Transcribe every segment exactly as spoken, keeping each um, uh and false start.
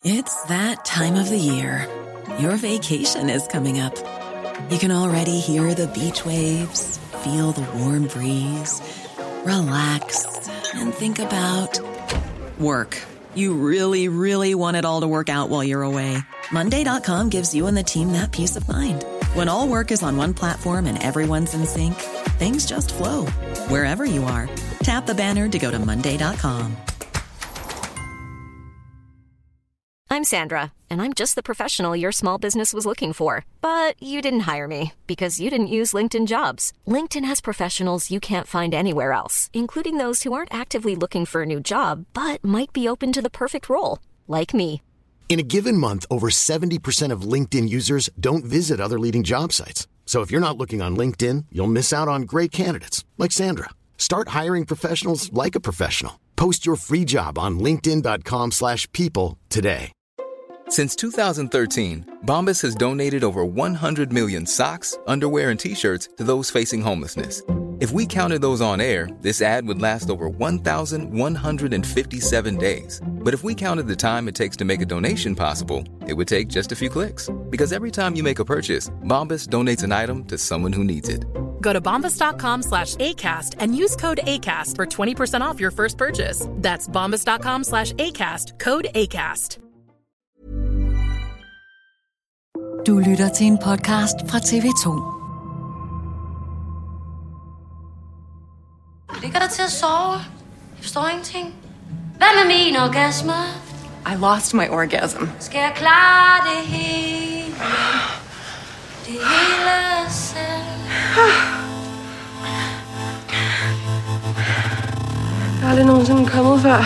It's that time of the year. Your vacation is coming up. You can already hear the beach waves, feel the warm breeze, relax, and think about work. You really, really want it all to work out while you're away. Monday dot com gives you and the team that peace of mind. When all work is on one platform and everyone's in sync, things just flow. Wherever you are, tap the banner to go to Monday dot com. I'm Sandra, and I'm just the professional your small business was looking for. But you didn't hire me because you didn't use LinkedIn Jobs. LinkedIn has professionals you can't find anywhere else, including those who aren't actively looking for a new job, but might be open to the perfect role, like me. In a given month, over seventy percent of LinkedIn users don't visit other leading job sites. So if you're not looking on LinkedIn, you'll miss out on great candidates like Sandra. Start hiring professionals like a professional. Post your free job on linkedin dot com slash people today. Since two thousand thirteen, Bombas has donated over one hundred million socks, underwear, and T-shirts to those facing homelessness. If we counted those on air, this ad would last over one thousand one hundred fifty-seven days. But if we counted the time it takes to make a donation possible, it would take just a few clicks. Because every time you make a purchase, Bombas donates an item to someone who needs it. Go to bombas dot com slash ACAST and use code ACAST for twenty percent off your first purchase. That's bombas dot com slash ACAST. Code ACAST. Du lytter til en podcast fra T V to. Ligger der til at sove? Jeg forstår ingenting. Hvad med min orgasme? I lost my orgasm. Skal jeg klare det hele? Det hele selv? Jeg har aldrig nogensinde kommet før.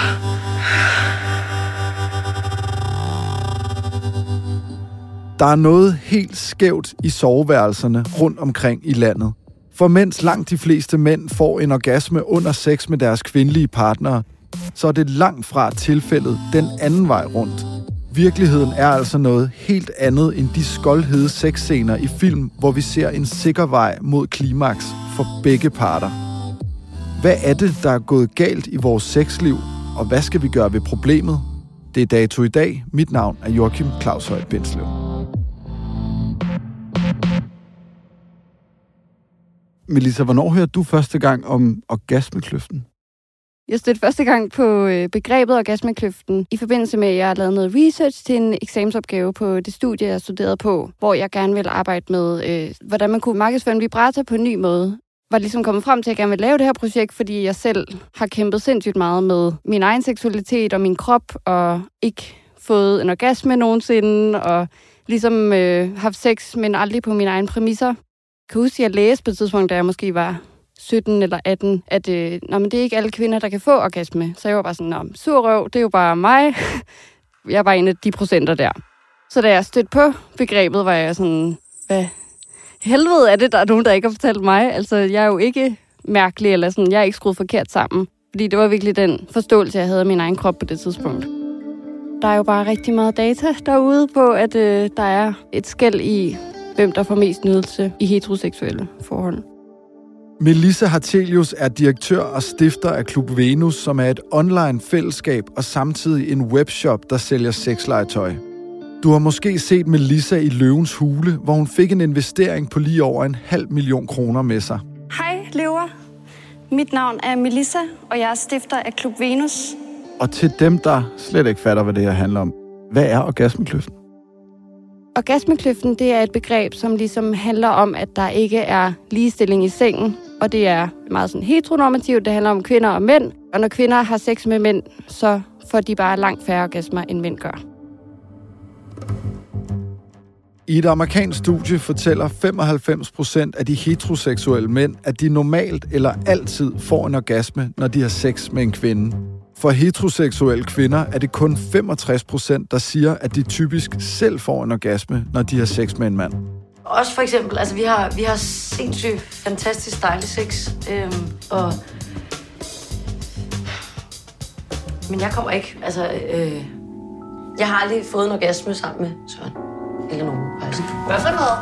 Der er noget helt skævt i soveværelserne rundt omkring i landet. For mens langt de fleste mænd får en orgasme under sex med deres kvindelige partnere, så er det langt fra tilfældet den anden vej rundt. Virkeligheden er altså noget helt andet end de skoldhede sexscener i film, hvor vi ser en sikker vej mod klimaks for begge parter. Hvad er det, der er gået galt i vores sexliv, og hvad skal vi gøre ved problemet? Det er Dato i dag. Mit navn er Joachim Claus Høj Bindslev. Melissa, hvornår hørte du første gang om orgasmekløften? Jeg stødte første gang på begrebet orgasmekløften i forbindelse med, at jeg lavede noget research til en eksamensopgave på det studie, jeg studerede på, hvor jeg gerne ville arbejde med, øh, hvordan man kunne markedsføre en vibrator på en ny måde. Var ligesom kommet frem til, at jeg gerne ville lave det her projekt, fordi jeg selv har kæmpet sindssygt meget med min egen seksualitet og min krop, og ikke fået en orgasme nogensinde, og ligesom øh, haft sex, men aldrig på mine egne præmisser. Jeg kan huske, at jeg læste på et tidspunkt, da jeg måske var sytten eller atten, at øh, nå, men det er ikke alle kvinder, der kan få orgasme. Så jeg var bare sådan, nå, sur røv, det er jo bare mig. Jeg var en af de procenter der. Så da jeg stødte på begrebet, var jeg sådan, hvad helvede er det, der er nogen, der ikke har fortalt mig? Altså, jeg er jo ikke mærkelig, eller sådan, jeg er ikke skruet forkert sammen. Fordi det var virkelig den forståelse, jeg havde af min egen krop på det tidspunkt. Der er jo bare rigtig meget data derude på, at øh, der er et skel i, hvem der får mest nydelse i heteroseksuelle forhold. Melissa Hartelius er direktør og stifter af Klub Venus, som er et online fællesskab og samtidig en webshop, der sælger sexlegetøj. Du har måske set Melissa i Løvens Hule, hvor hun fik en investering på lige over en halv million kroner med sig. Hej, løver. Mit navn er Melissa, og jeg er stifter af Klub Venus. Og til dem, der slet ikke fatter, hvad det her handler om, hvad er orgasmekløften? Orgasmekløften, det er et begreb, som ligesom handler om, at der ikke er ligestilling i sengen. Og det er meget sådan heteronormativt, det handler om kvinder og mænd. Og når kvinder har sex med mænd, så får de bare langt færre orgasmer, end mænd gør. I et amerikansk studie fortæller femoghalvfems procent af de heteroseksuelle mænd, at de normalt eller altid får en orgasme, når de har sex med en kvinde. For heteroseksuelle kvinder er det kun femogtres procent, der siger, at de typisk selv får en orgasme, når de har sex med en mand. Også for eksempel, altså vi har, vi har sindssygt fantastisk dejlig sex, øhm, og... Men jeg kommer ikke, altså... Øh... Jeg har aldrig fået en orgasme sammen med Søren. Eller nogen, faktisk. Hvad for noget?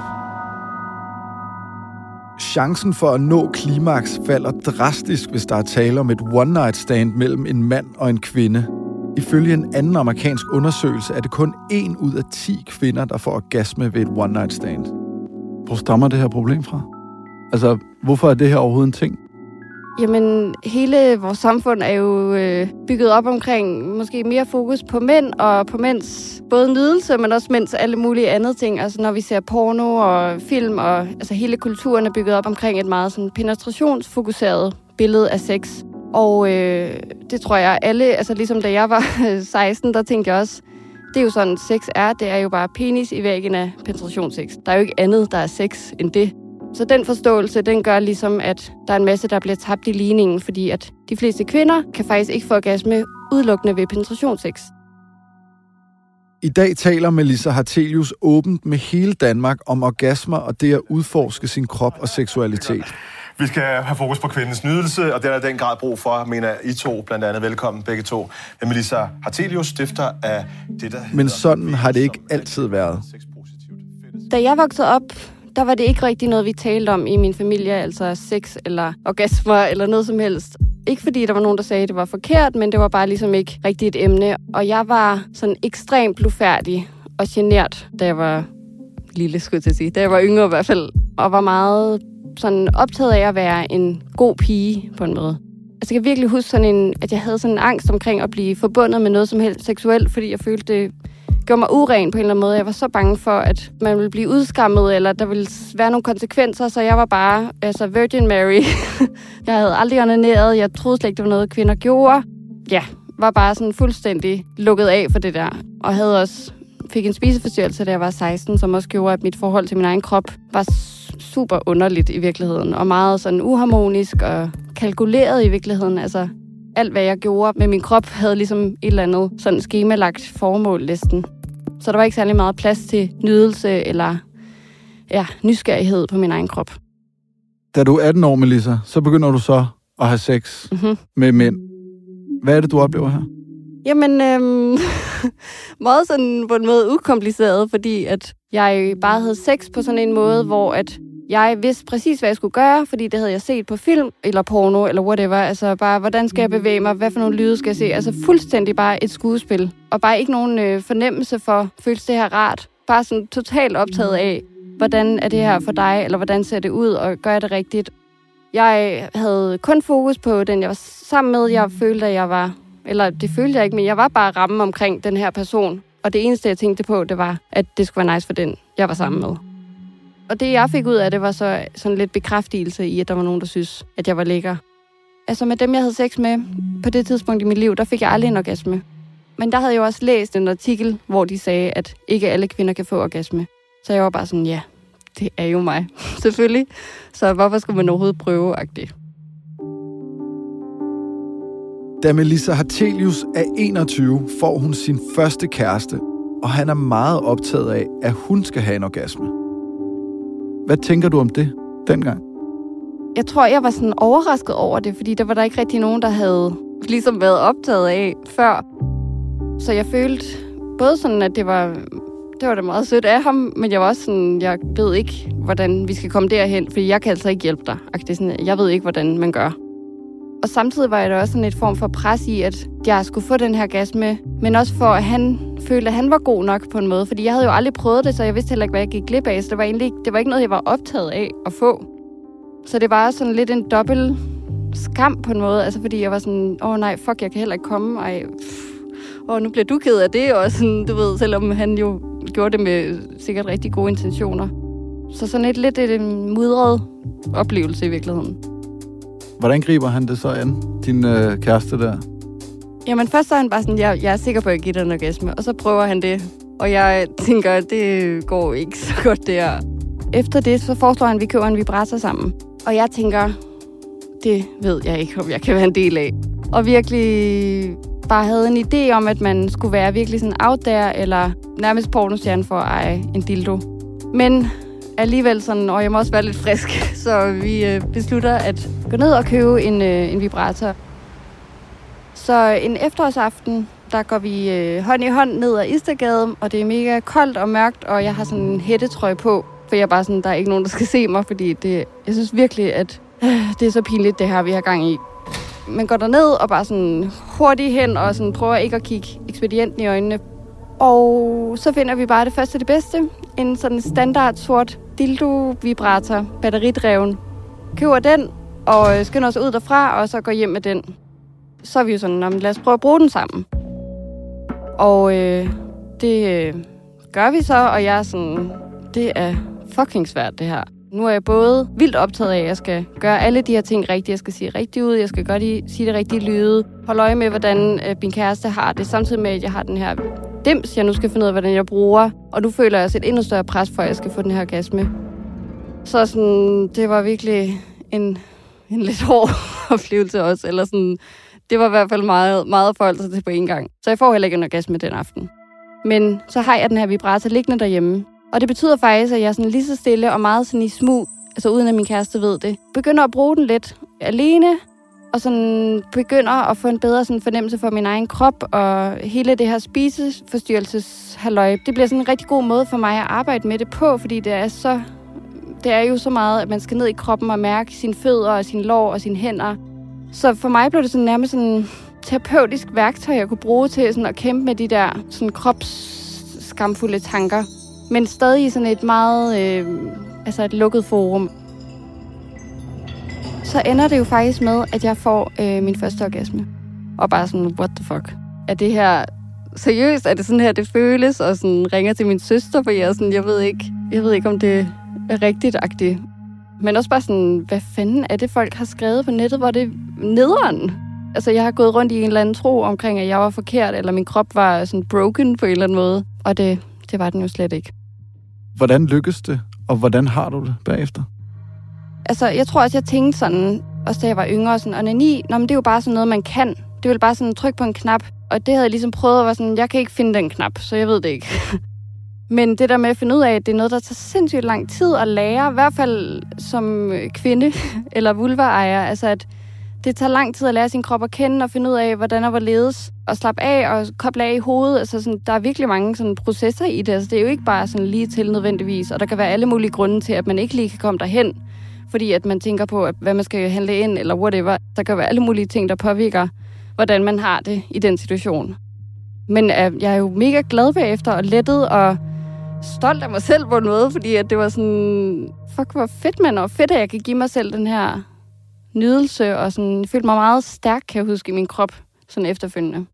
Chancen for at nå klimaks falder drastisk, hvis der er tale om et one-night stand mellem en mand og en kvinde. Ifølge en anden amerikansk undersøgelse er det kun en ud af ti kvinder, der får orgasme ved et one-night stand. Hvor stammer det her problem fra? Altså, hvorfor er det her overhovedet en ting? Jamen, hele vores samfund er jo øh, bygget op omkring måske mere fokus på mænd, og på mænds både nydelse, men også mænds alle mulige andre ting. Altså, når vi ser porno og film, og altså, hele kulturen er bygget op omkring et meget sådan penetrationsfokuseret billede af sex. Og øh, det tror jeg alle, altså ligesom da jeg var seksten, der tænkte jeg også, det er jo sådan, sex er, det er jo bare penis i væggen af penetrationssex. Der er jo ikke andet, der er sex end det. Så den forståelse, den gør ligesom, at der er en masse, der bliver tabt i ligningen, fordi at de fleste kvinder kan faktisk ikke få orgasme udelukkende ved penetrationssex. I dag taler Melissa Hartelius åbent med hele Danmark om orgasmer og det at udforske sin krop og seksualitet. Vi skal have fokus på kvindens nydelse, og det er der den grad brug for, mener I to blandt andet. Velkommen begge to. Melissa Hartelius, stifter af det, der Men sådan har det ikke altid været. Da jeg voksede op, der var det ikke rigtig noget, vi talte om i min familie, altså sex eller orgasmer eller noget som helst. Ikke fordi der var nogen, der sagde, at det var forkert, men det var bare ligesom ikke rigtig et emne. Og jeg var sådan ekstremt blufærdig og genert, da jeg var lille, skulle jeg til at sige. Da jeg var yngre i hvert fald, og var meget sådan optaget af at være en god pige på en måde. Altså jeg kan virkelig huske sådan en, at jeg havde sådan en angst omkring at blive forbundet med noget som helst seksuelt, fordi jeg følte, det gjorde mig uren på en eller anden måde. Jeg var så bange for, at man ville blive udskammet, eller der ville være nogle konsekvenser, så jeg var bare altså Virgin Mary. Jeg havde aldrig onaneret, jeg troede slet ikke, det var noget, kvinder gjorde. Ja, var bare sådan fuldstændig lukket af for det der, og havde også fik en spiseforstyrrelse, da jeg var seksten, som også gjorde, at mit forhold til min egen krop var super underligt i virkeligheden, og meget sådan uharmonisk og kalkuleret i virkeligheden. Altså, alt, hvad jeg gjorde med min krop, havde ligesom et eller andet sådan skemalagt formål næsten. Så der var ikke særlig meget plads til nydelse eller ja, nysgerrighed på min egen krop. Da du er atten år, Melissa, så begynder du så at have sex mm-hmm. med mænd. Hvad er det, du oplever her? Jamen, øhm, meget sådan på en måde ukompliceret, fordi at jeg bare havde sex på sådan en måde, hvor at jeg vidste præcis, hvad jeg skulle gøre, fordi det havde jeg set på film, eller porno, eller whatever. Altså bare, hvordan skal jeg bevæge mig? Hvad for nogle lyde skal jeg se? Altså fuldstændig bare et skuespil. Og bare ikke nogen øh, fornemmelse for, føles det her rart? Bare sådan totalt optaget af, hvordan er det her for dig? Eller hvordan ser det ud? Og gør jeg det rigtigt? Jeg havde kun fokus på den, jeg var sammen med. Jeg følte, at jeg var... Eller det følte jeg ikke, men jeg var bare ramme omkring den her person. Og det eneste, jeg tænkte på, det var, at det skulle være nice for den, jeg var sammen med. Og det, jeg fik ud af det, var så sådan lidt bekræftelse i, at der var nogen, der synes, at jeg var lækker. Altså med dem, jeg havde sex med på det tidspunkt i mit liv, der fik jeg aldrig en orgasme. Men der havde jeg også læst en artikel, hvor de sagde, at ikke alle kvinder kan få orgasme. Så jeg var bare sådan, ja, det er jo mig, selvfølgelig. Så hvorfor skulle man overhovedet prøve-agtigt? Da Melissa Hartelius er enogtyve, får hun sin første kæreste, og han er meget optaget af, at hun skal have en orgasme. Hvad tænker du om det dengang? Jeg tror, jeg var sådan overrasket over det, fordi der var der ikke rigtig nogen, der havde ligesom været optaget af før. Så jeg følte både sådan, at det var, det var da meget sødt af ham, men jeg var også sådan, jeg ved ikke, hvordan vi skal komme derhen, fordi jeg kan altså ikke hjælpe dig. Jeg ved ikke, hvordan man gør. Og samtidig var jeg da også sådan et form for pres i, at jeg skulle få den her orgasme, men også for, at han følte, at han var god nok på en måde. Fordi jeg havde jo aldrig prøvet det, så jeg vidste heller ikke, hvad jeg gik glip af. Så det var egentlig ikke, det var ikke noget, jeg var optaget af at få. Så det var sådan lidt en dobbelt skam på en måde. Altså fordi jeg var sådan, åh nej, fuck, jeg kan heller ikke komme. Ej, åh, nu bliver du ked af det. Og sådan, du ved, selvom han jo gjorde det med sikkert rigtig gode intentioner. Så sådan et lidt et mudret oplevelse i virkeligheden. Hvordan griber han det så an, din øh, kæreste der? Jamen først så er han bare sådan, jeg, jeg er sikker på, at jeg giver dig en orgasme. Og så prøver han det. Og jeg tænker, at det går ikke så godt der. Efter det, så foreslår han, at vi køber en vibrator sammen. Og jeg tænker, det ved jeg ikke, om jeg kan være en del af. Og virkelig bare havde en idé om, at man skulle være virkelig sådan out there, eller nærmest pornostjerne for at eje en dildo. Men alligevel sådan, og jeg må også være lidt frisk, så vi øh, beslutter at gå ned og købe en, øh, en vibrator. Så en efterårsaften, der går vi øh, hånd i hånd ned ad Istergade, og det er mega koldt og mørkt, og jeg har sådan en hættetrøje på, for jeg er bare sådan, der er ikke nogen, der skal se mig, fordi det, jeg synes virkelig, at øh, det er så pinligt, det her, vi har gang i. man går derned og bare sådan hurtigt hen og sådan prøver ikke at kigge ekspedienten i øjnene. Og så finder vi bare det første det bedste. En sådan standard sort dildo-vibrator, batteridreven. Køber den og skynder os ud derfra og så går hjem med den. Så er vi jo sådan, lad os prøve at bruge den sammen. Og øh, det øh, gør vi så, og jeg er sådan, det er fucking svært det her. Nu er jeg både vildt optaget af, at jeg skal gøre alle de her ting rigtigt. Jeg skal sige rigtigt ud, jeg skal gøre de, sige det rigtige lyde. Holde øje med, hvordan øh, min kæreste har det, samtidig med, at jeg har den her dims, jeg nu skal finde ud af, hvordan jeg bruger. Og nu føler jeg også et endnu større pres for, at jeg skal få den her orgasme. Så sådan, det var virkelig en, en lidt hård oplevelse også. Eller sådan, det var i hvert fald meget, meget forhold til på en gang. Så jeg får heller ikke en orgasme den aften. Men så har jeg den her vibrator liggende derhjemme. Og det betyder faktisk, at jeg er sådan lige så stille og meget sådan i smug, altså uden at min kæreste ved det, begynder at bruge den lidt alene, og sådan begynder at få en bedre sådan fornemmelse for min egen krop, og hele det her spiseforstyrrelseshalløj. Det bliver sådan en rigtig god måde for mig at arbejde med det på, fordi det er så, det er jo så meget, at man skal ned i kroppen og mærke sine fødder og sine lår og sine hænder. Så for mig blev det sådan nærmest sådan en terapeutisk værktøj, jeg kunne bruge til sådan at kæmpe med de der sådan kropsskamfulde tanker. Men stadig i sådan et meget, øh, altså et lukket forum. Så ender det jo faktisk med, at jeg får øh, min første orgasme. Og bare sådan, what the fuck? Er det her seriøst? Er det sådan her, det føles? Og sådan ringer til min søster, for jeg er sådan, jeg ved ikke, jeg ved ikke, om det er rigtigt-agtigt. Men også bare sådan, hvad fanden er det, folk har skrevet på nettet, hvor det er nederen? Altså, jeg har gået rundt i en eller anden tro omkring, at jeg var forkert, eller min krop var sådan broken på en eller anden måde. Og det, det var den jo slet ikke. Hvordan lykkes det, og hvordan har du det bagefter? Altså, jeg tror også, jeg tænkte sådan, også da jeg var yngre, sådan, onani, nå, men det er jo bare sådan noget, man kan. Det er vel bare sådan tryk på en knap. Og det havde jeg ligesom prøvet at være sådan, jeg kan ikke finde den knap, så jeg ved det ikke. Men det der med at finde ud af, at det er noget, der tager sindssygt lang tid at lære, i hvert fald som kvinde eller vulva-ejer, altså at det tager lang tid at lære sin krop at kende og finde ud af, hvordan og hvorledes, og slappe af og koble af i hovedet. Altså sådan, der er virkelig mange sådan processer i det. Altså, det er jo ikke bare sådan lige til nødvendigvis, og der kan være alle mulige grunde til, at man ikke lige kan komme derhen, fordi at man tænker på, at hvad man skal handle ind, eller whatever. Der kan være alle mulige ting, der påvirker, hvordan man har det i den situation. Men øh, jeg er jo mega glad bagefter og lettet og stolt af mig selv på noget, fordi at det var sådan, fuck, hvor fedt, man, og fedt, at jeg kan give mig selv den her nydelse, og sådan, jeg følte mig meget stærk, kan jeg huske, i min krop, sådan efterfølgende.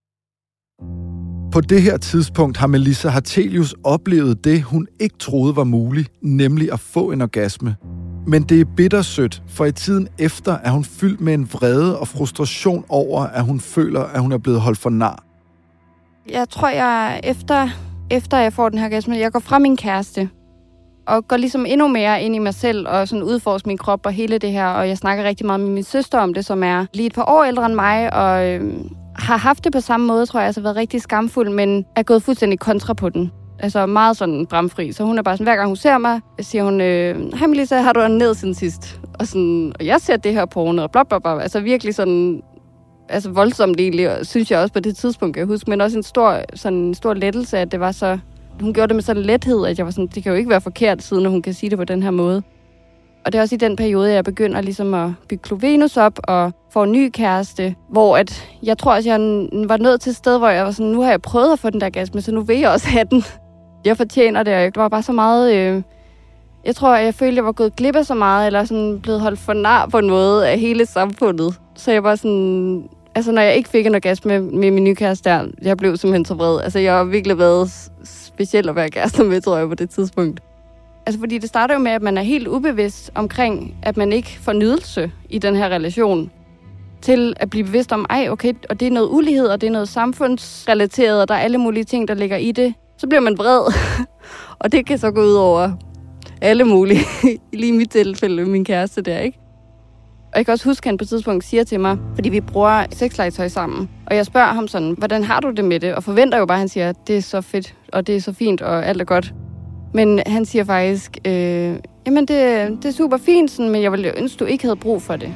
På det her tidspunkt har Melissa Hartelius oplevet det, hun ikke troede var muligt, nemlig at få en orgasme. Men det er bittersødt, for i tiden efter er hun fyldt med en vrede og frustration over, at hun føler, at hun er blevet holdt for nar. Jeg tror, jeg efter, efter jeg får den her orgasme, jeg går fra min kæreste, og går ligesom endnu mere ind i mig selv, og sådan udforsker min krop og hele det her, og jeg snakker rigtig meget med min søster om det, som er lige et par år ældre end mig, og øh, har haft det på samme måde, tror jeg, altså været rigtig skamfuld, men er gået fuldstændig kontra på den. Altså meget sådan bramfri, så hun er bare sådan, hver gang hun ser mig, siger hun, øh, hej Melissa, har du været ned siden sidst? Og, sådan, og jeg ser det her porno, og bla bla bla, altså virkelig sådan, altså voldsomt egentlig, og synes jeg også på det tidspunkt, kan jeg huske, men også en stor, sådan en stor lettelse, at det var så, hun gjorde det med sådan en lethed, at jeg var sådan, det kan jo ikke være forkert, siden hun kan sige det på den her måde. Og det er også i den periode, jeg begynder ligesom at bygge Klovenus op og få en ny kæreste, hvor at, jeg tror også, jeg var nået til et sted, hvor jeg var sådan, nu har jeg prøvet at få den der orgasme, så nu vil jeg også have den. Jeg fortjener det, og det var bare så meget, øh, jeg tror, jeg følte, jeg var gået glip af så meget, eller sådan blevet holdt for nar på en måde af hele samfundet. Så jeg var sådan, altså når jeg ikke fik en orgasme med min nye kæreste der, jeg blev simpelthen så vred. Altså jeg har virkelig været speciel at være kærester med, tror jeg, på det tidspunkt. Altså fordi det starter jo med, at man er helt ubevidst omkring, at man ikke får nydelse i den her relation, til at blive bevidst om, ej okay, og det er noget ulighed, og det er noget samfundsrelateret, og der er alle mulige ting, der ligger i det. Så bliver man vred, og det kan så gå ud over alle mulige, lige i mit tilfælde, min kæreste der, ikke? Og jeg kan også huske, at han på et tidspunkt siger til mig, fordi vi bruger sexlegetøj sammen, og jeg spørger ham sådan, hvordan har du det med det? Og forventer jo bare, at han siger, det er så fedt, og det er så fint, og alt er godt. Men han siger faktisk, øh, jamen det, det er super fint, sådan, men jeg ville ønske, du ikke havde brug for det.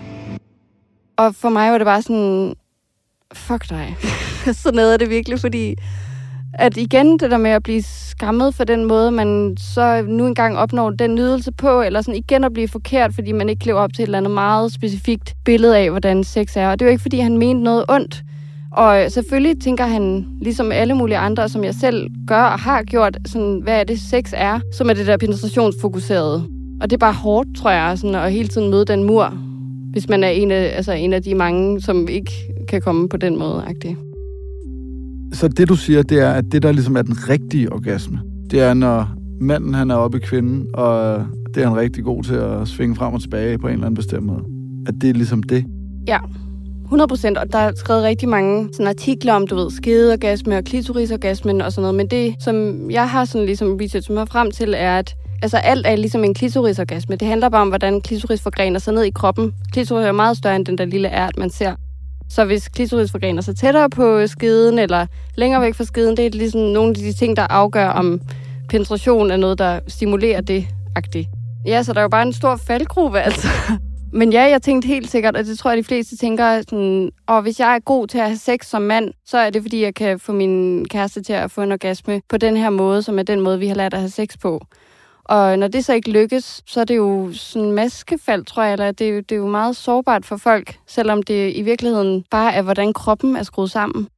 Og for mig var det bare sådan, fuck dig. Så nede er det virkelig, fordi at igen det der med at blive skammet for den måde, man så nu engang opnår den nydelse på, eller sådan igen at blive forkert, fordi man ikke lever op til et eller andet meget specifikt billede af, hvordan sex er. Og det er jo ikke, fordi han mente noget ondt. Og selvfølgelig tænker han, ligesom alle mulige andre, som jeg selv gør og har gjort, sådan, hvad er det sex er, som er det der penetrationsfokuserede. Og det er bare hårdt, tror jeg, sådan, at hele tiden møde den mur, hvis man er en af, altså en af de mange, som ikke kan komme på den måde. -agtig. Så det, du siger, det er, at det, der ligesom er den rigtige orgasme, det er, når manden han er oppe i kvinden, og det er han rigtig god til at svinge frem og tilbage på en eller anden bestemt måde. At det er ligesom det. Ja, hundrede procent. Og der er skrevet rigtig mange sådan artikler om, du ved, skedeorgasme og klitorisorgasmen og sådan noget. Men det, som jeg har sådan ligesom research mig frem til, er, at altså alt er ligesom en klitorisorgasme. Det handler bare om, hvordan klitoris forgrener sig ned i kroppen. Klitoris er meget større end den der lille ært, man ser. Så hvis klitoris forgrener sig tættere på skeden, eller længere væk fra skeden, det er ligesom nogle af de ting, der afgør, om penetration er noget, der stimulerer det-agtigt. Ja, så der er jo bare en stor faldgruppe, altså. Men ja, jeg tænkte helt sikkert, og det tror jeg, de fleste tænker, sådan, og hvis jeg er god til at have sex som mand, så er det, fordi jeg kan få min kæreste til at få en orgasme på den her måde, som er den måde, vi har lært at have sex på. Og når det så ikke lykkes, så er det jo sådan maskefald, tror jeg, eller det er, jo, det er jo meget sårbart for folk, selvom det i virkeligheden bare er, hvordan kroppen er skruet sammen.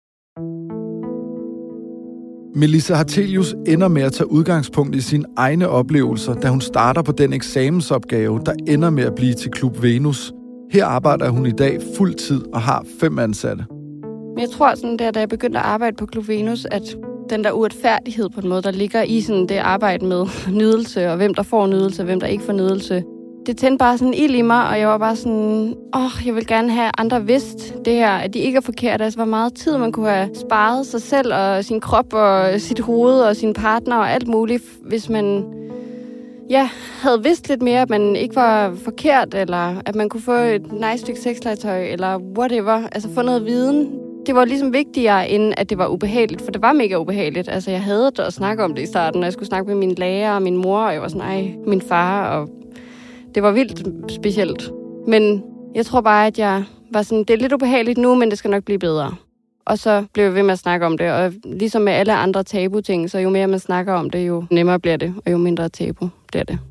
Melissa Hartelius ender med at tage udgangspunkt i sine egne oplevelser, da hun starter på den eksamensopgave, der ender med at blive til Klub Venus. Her arbejder hun i dag fuld tid og har fem ansatte. Men jeg tror, sådan der, da jeg begyndte at arbejde på Klub Venus, at den der uretfærdighed på en måde, der ligger i sådan det arbejde med nydelse, og hvem der får nydelse, og hvem der ikke får nydelse, det tændte bare sådan ild i mig, og jeg var bare sådan, åh, oh, jeg vil gerne have andre vidst det her, at de ikke er forkerte. Altså, hvor meget tid man kunne have sparet sig selv, og sin krop, og sit hoved, og sin partner, og alt muligt, hvis man ja, havde vidst lidt mere, at man ikke var forkert, eller at man kunne få et nice stykke sexlegetøj, eller whatever. Altså, få noget viden. Det var ligesom vigtigere, end at det var ubehageligt, for det var mega ubehageligt. Altså, jeg havde det at snakke om det i starten, når jeg skulle snakke med min lærer og min mor, og jeg var sådan, ej, min far, og det var vildt specielt. Men jeg tror bare, at jeg var sådan, det er lidt ubehageligt nu, men det skal nok blive bedre. Og så blev jeg ved med at snakke om det, og ligesom med alle andre tabu-ting, så jo mere man snakker om det, jo nemmere bliver det, og jo mindre tabu bliver det.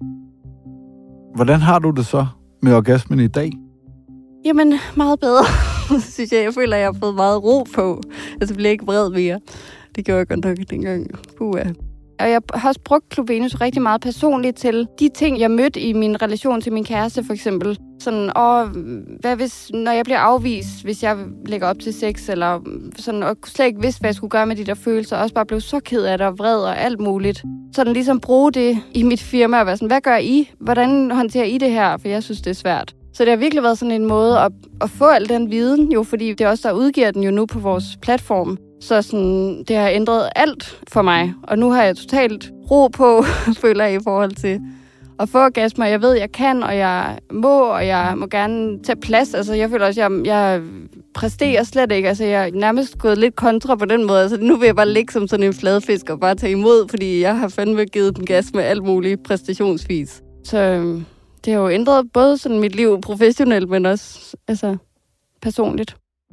Hvordan har du det så med orgasmen i dag? Jamen, meget bedre, synes jeg. Jeg føler, at jeg har fået meget ro på. Altså, jeg bliver ikke vred mere. Det gjorde jeg godt nok dengang. Puh, ja. Og jeg har også brugt Klub Venus rigtig meget personligt til de ting, jeg mødte i min relation til min kæreste, for eksempel. Sådan, åh, hvad hvis, når jeg bliver afvist, hvis jeg lægger op til sex, eller sådan, og slet ikke vidste, hvad jeg skulle gøre med de der følelser, og også bare blev så ked af det, og vred og alt muligt. Sådan ligesom bruge det i mit firma, og være sådan, hvad gør I? Hvordan håndterer I det her? For jeg synes, det er svært. Så det har virkelig været sådan en måde at, at få al den viden, jo, fordi det er også der udgiver den jo nu på vores platform. Så sådan, det har ændret alt for mig, og nu har jeg totalt ro på, føler jeg, i forhold til at få orgasmer. Jeg ved, jeg kan, og jeg må, og jeg må gerne tage plads. Altså, jeg føler også, jeg, jeg præsterer slet ikke. Altså, jeg er nærmest gået lidt kontra på den måde. Altså, nu vil jeg bare ligge som sådan en fladfisk og bare tage imod, fordi jeg har fandme givet den gas med alt muligt præstationsvis. Så det har jo ændret både sådan mit liv professionelt, men også altså, personligt.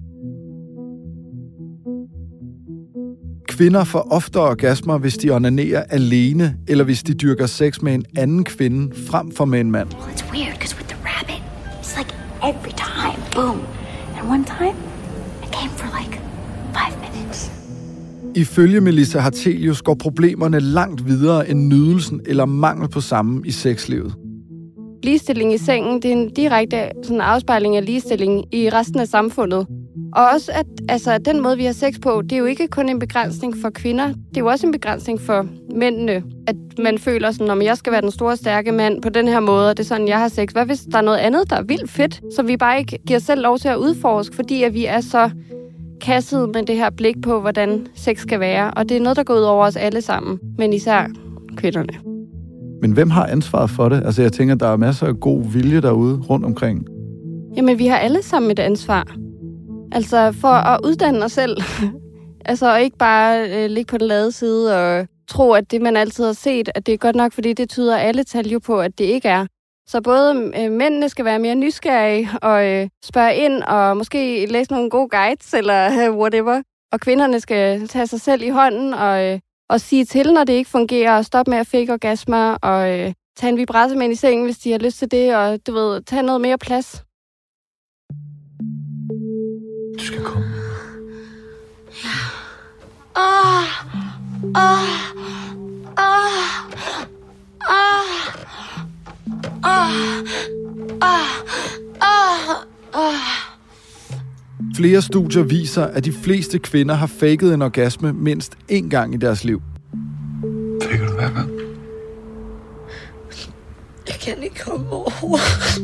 Kvinder får oftere orgasmer, hvis de onanerer alene, eller hvis de dyrker sex med en anden kvinde, frem for med en mand. Well, it's weird, because with the rabbit, it's like every time, boom. And one time, it came for like five minutes. Ifølge Melissa Hartelius går problemerne langt videre end nydelsen eller mangel på samme i sexlivet. Ligestilling i sengen, det er en direkte sådan afspejling af ligestilling i resten af samfundet. Og også, at altså, den måde, vi har sex på, det er jo ikke kun en begrænsning for kvinder. Det er jo også en begrænsning for mændene. At man føler sådan, om jeg skal være den store, stærke mand på den her måde, og det er sådan, jeg har sex. Hvad hvis der er noget andet, der er vildt fedt, som vi bare ikke giver selv lov til at udforske, fordi at vi er så kasset med det her blik på, hvordan sex skal være. Og det er noget, der går ud over os alle sammen, men især kvinderne. Men hvem har ansvaret for det? Altså, jeg tænker, der er masser af god vilje derude rundt omkring. Jamen, vi har alle sammen et ansvar. Altså for at uddanne os selv. Altså ikke bare øh, ligge på den lade side og tro, at det man altid har set, at det er godt nok, fordi det tyder alle tal jo på, at det ikke er. Så både øh, mændene skal være mere nysgerrige og øh, spørge ind og måske læse nogle gode guides eller øh, whatever. Og kvinderne skal tage sig selv i hånden og, øh, og sige til, når det ikke fungerer, og stoppe med at fake orgasmer, og øh, tage en vibrator med ind i sengen, hvis de har lyst til det, og du ved, tage noget mere plads. Du skal komme. Ja. Åh! Åh! Åh! Åh! Åh! Åh! Flere studier viser, at de fleste kvinder har faket en orgasme mindst én gang i deres liv. Faker du hver gang? Jeg kan ikke komme overhovedet.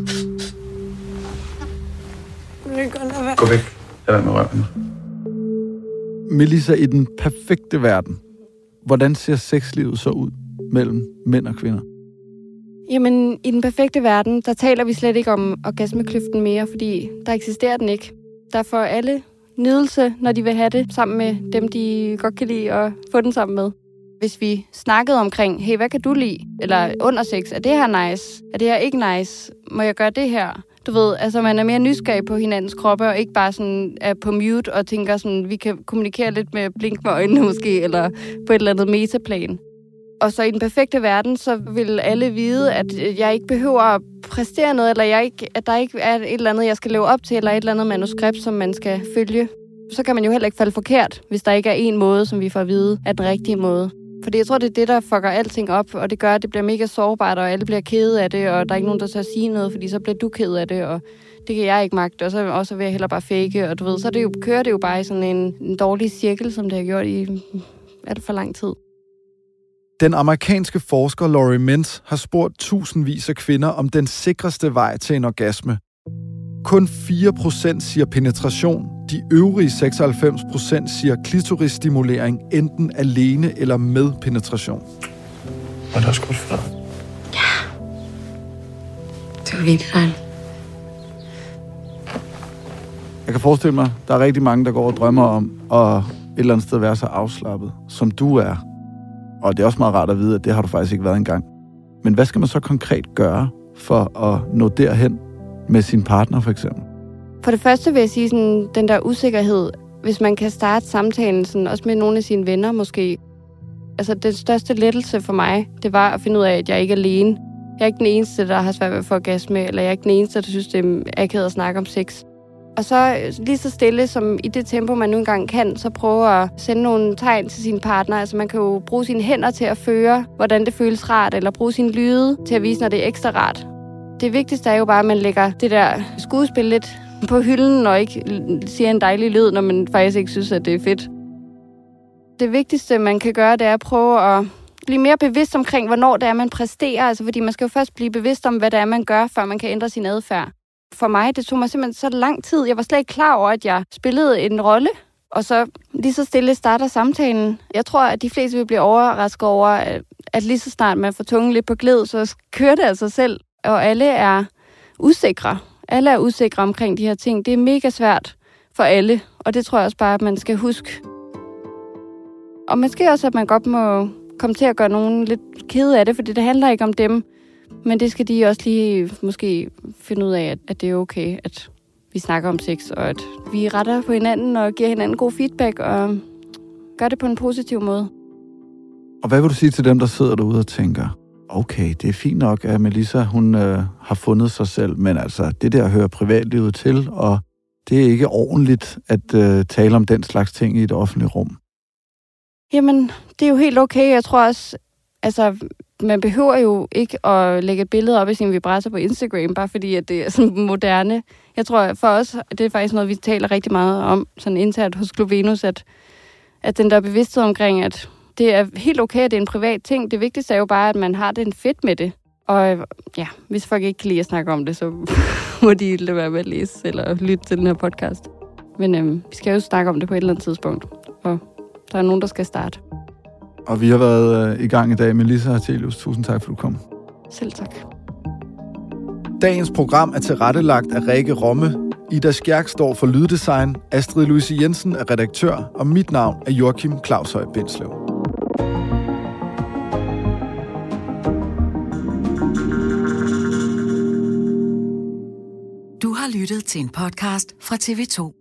Gå væk. Jeg lader mig røre mig. Melissa, i den perfekte verden, hvordan ser sexlivet så ud mellem mænd og kvinder? Jamen, i den perfekte verden, der taler vi slet ikke om orgasmekløften mere, fordi der eksisterer den ikke. Der får alle nydelse, når de vil have det, sammen med dem, de godt kan lide at få den sammen med. Hvis vi snakkede omkring, hey, hvad kan du lide? Eller under sex, er det her nice? Er det her ikke nice? Må jeg gøre det her? Du ved, altså man er mere nysgerrig på hinandens kroppe, og ikke bare sådan er på mute og tænker sådan, vi kan kommunikere lidt med blink med øjnene måske, eller på et eller andet metaplan. Og så i den perfekte verden, så vil alle vide, at jeg ikke behøver at præstere noget, eller jeg ikke, at der ikke er et eller andet, jeg skal leve op til, eller et eller andet manuskript, som man skal følge. Så kan man jo heller ikke falde forkert, hvis der ikke er en måde, som vi får at vide, er den rigtige måde. Fordi jeg tror, det er det, der fucker alting op, og det gør, at det bliver mega sårbart, og alle bliver kede af det, og der er ikke nogen, der tør sige noget, fordi så bliver du ked af det, og det kan jeg ikke magte, og så, og så vil jeg heller bare fake, og du ved, så det jo, kører det jo bare i sådan en, en dårlig cirkel, som det har gjort i alt for lang tid. Den amerikanske forsker Laurie Mintz har spurgt tusindvis af kvinder om den sikreste vej til en orgasme. Kun fire procent siger penetration. De øvrige seksoghalvfems procent siger klitorisstimulering, enten alene eller med penetration. Var det også godt for dig? Ja. Det var virkelig dejligt. Jeg kan forestille mig, der er rigtig mange, der går og drømmer om at et eller andet sted være så afslappet, som du er. Og det er også meget rart at vide, at det har du faktisk ikke været engang. Men hvad skal man så konkret gøre for at nå derhen med sin partner, for eksempel? For det første vil jeg sige, sådan, den der usikkerhed, hvis man kan starte samtalen sådan, også med nogle af sine venner måske. Altså, den største lettelse for mig, det var at finde ud af, at jeg ikke er alene. Jeg er ikke den eneste, der har svært ved at få orgasme, eller jeg er ikke den eneste, der synes, det er akavet at snakke om sex. Og så lige så stille, som i det tempo, man nu engang kan, så prøve at sende nogle tegn til sin partner. Altså man kan jo bruge sine hænder til at føre, hvordan det føles rart, eller bruge sine lyde til at vise, når det er ekstra rart. Det vigtigste er jo bare, at man lægger det der skuespil lidt på hylden, og ikke siger en dejlig lyd, når man faktisk ikke synes, at det er fedt. Det vigtigste, man kan gøre, det er at prøve at blive mere bevidst omkring, hvornår det er, man præsterer. Altså fordi man skal jo først blive bevidst om, hvad det er, man gør, før man kan ændre sin adfærd. For mig, det tog mig simpelthen så lang tid. Jeg var slet ikke klar over, at jeg spillede en rolle. Og så lige så stille starter samtalen. Jeg tror, at de fleste vil blive overrasket over, at lige så snart man får tungen lidt på glid, så kører det af sig selv. Og alle er usikre. Alle er usikre omkring de her ting. Det er mega svært for alle. Og det tror jeg også bare, at man skal huske. Og måske også, at man godt må komme til at gøre nogen lidt kede af det, fordi det handler ikke om dem. Men det skal de også lige måske finde ud af, at det er okay, at vi snakker om sex, og at vi retter på hinanden og giver hinanden god feedback og gør det på en positiv måde. Og hvad vil du sige til dem, der sidder derude og tænker, okay, det er fint nok, at Melissa hun, øh, har fundet sig selv, men altså det der hører privatlivet til, og det er ikke ordentligt at øh, tale om den slags ting i et offentligt rum? Jamen, det er jo helt okay. Jeg tror også, altså man behøver jo ikke at lægge et billede op i sin vibrator på Instagram, bare fordi at det er sådan moderne. Jeg tror for os, det er faktisk noget, vi taler rigtig meget om, sådan internt hos Club Venus, at, at den der bevidsthed omkring, at det er helt okay, at det er en privat ting. Det vigtigste er jo bare, at man har det en fedt med det. Og ja, hvis folk ikke kan lide at snakke om det, så må de lade være med at læse eller lytte til den her podcast. Men øhm, vi skal jo snakke om det på et eller andet tidspunkt, og der er nogen, der skal starte. Og vi har været øh, i gang i dag med Melissa Hartelius. Tusind tak, for du kom. Selv tak. Dagens program er tilrettelagt af Rikke Romme. Ida Skjærk står for lyddesign. Astrid Louise Jensen er redaktør. Og mit navn er Joachim Claushøj Bindslev. Du har lyttet til en podcast fra T V to.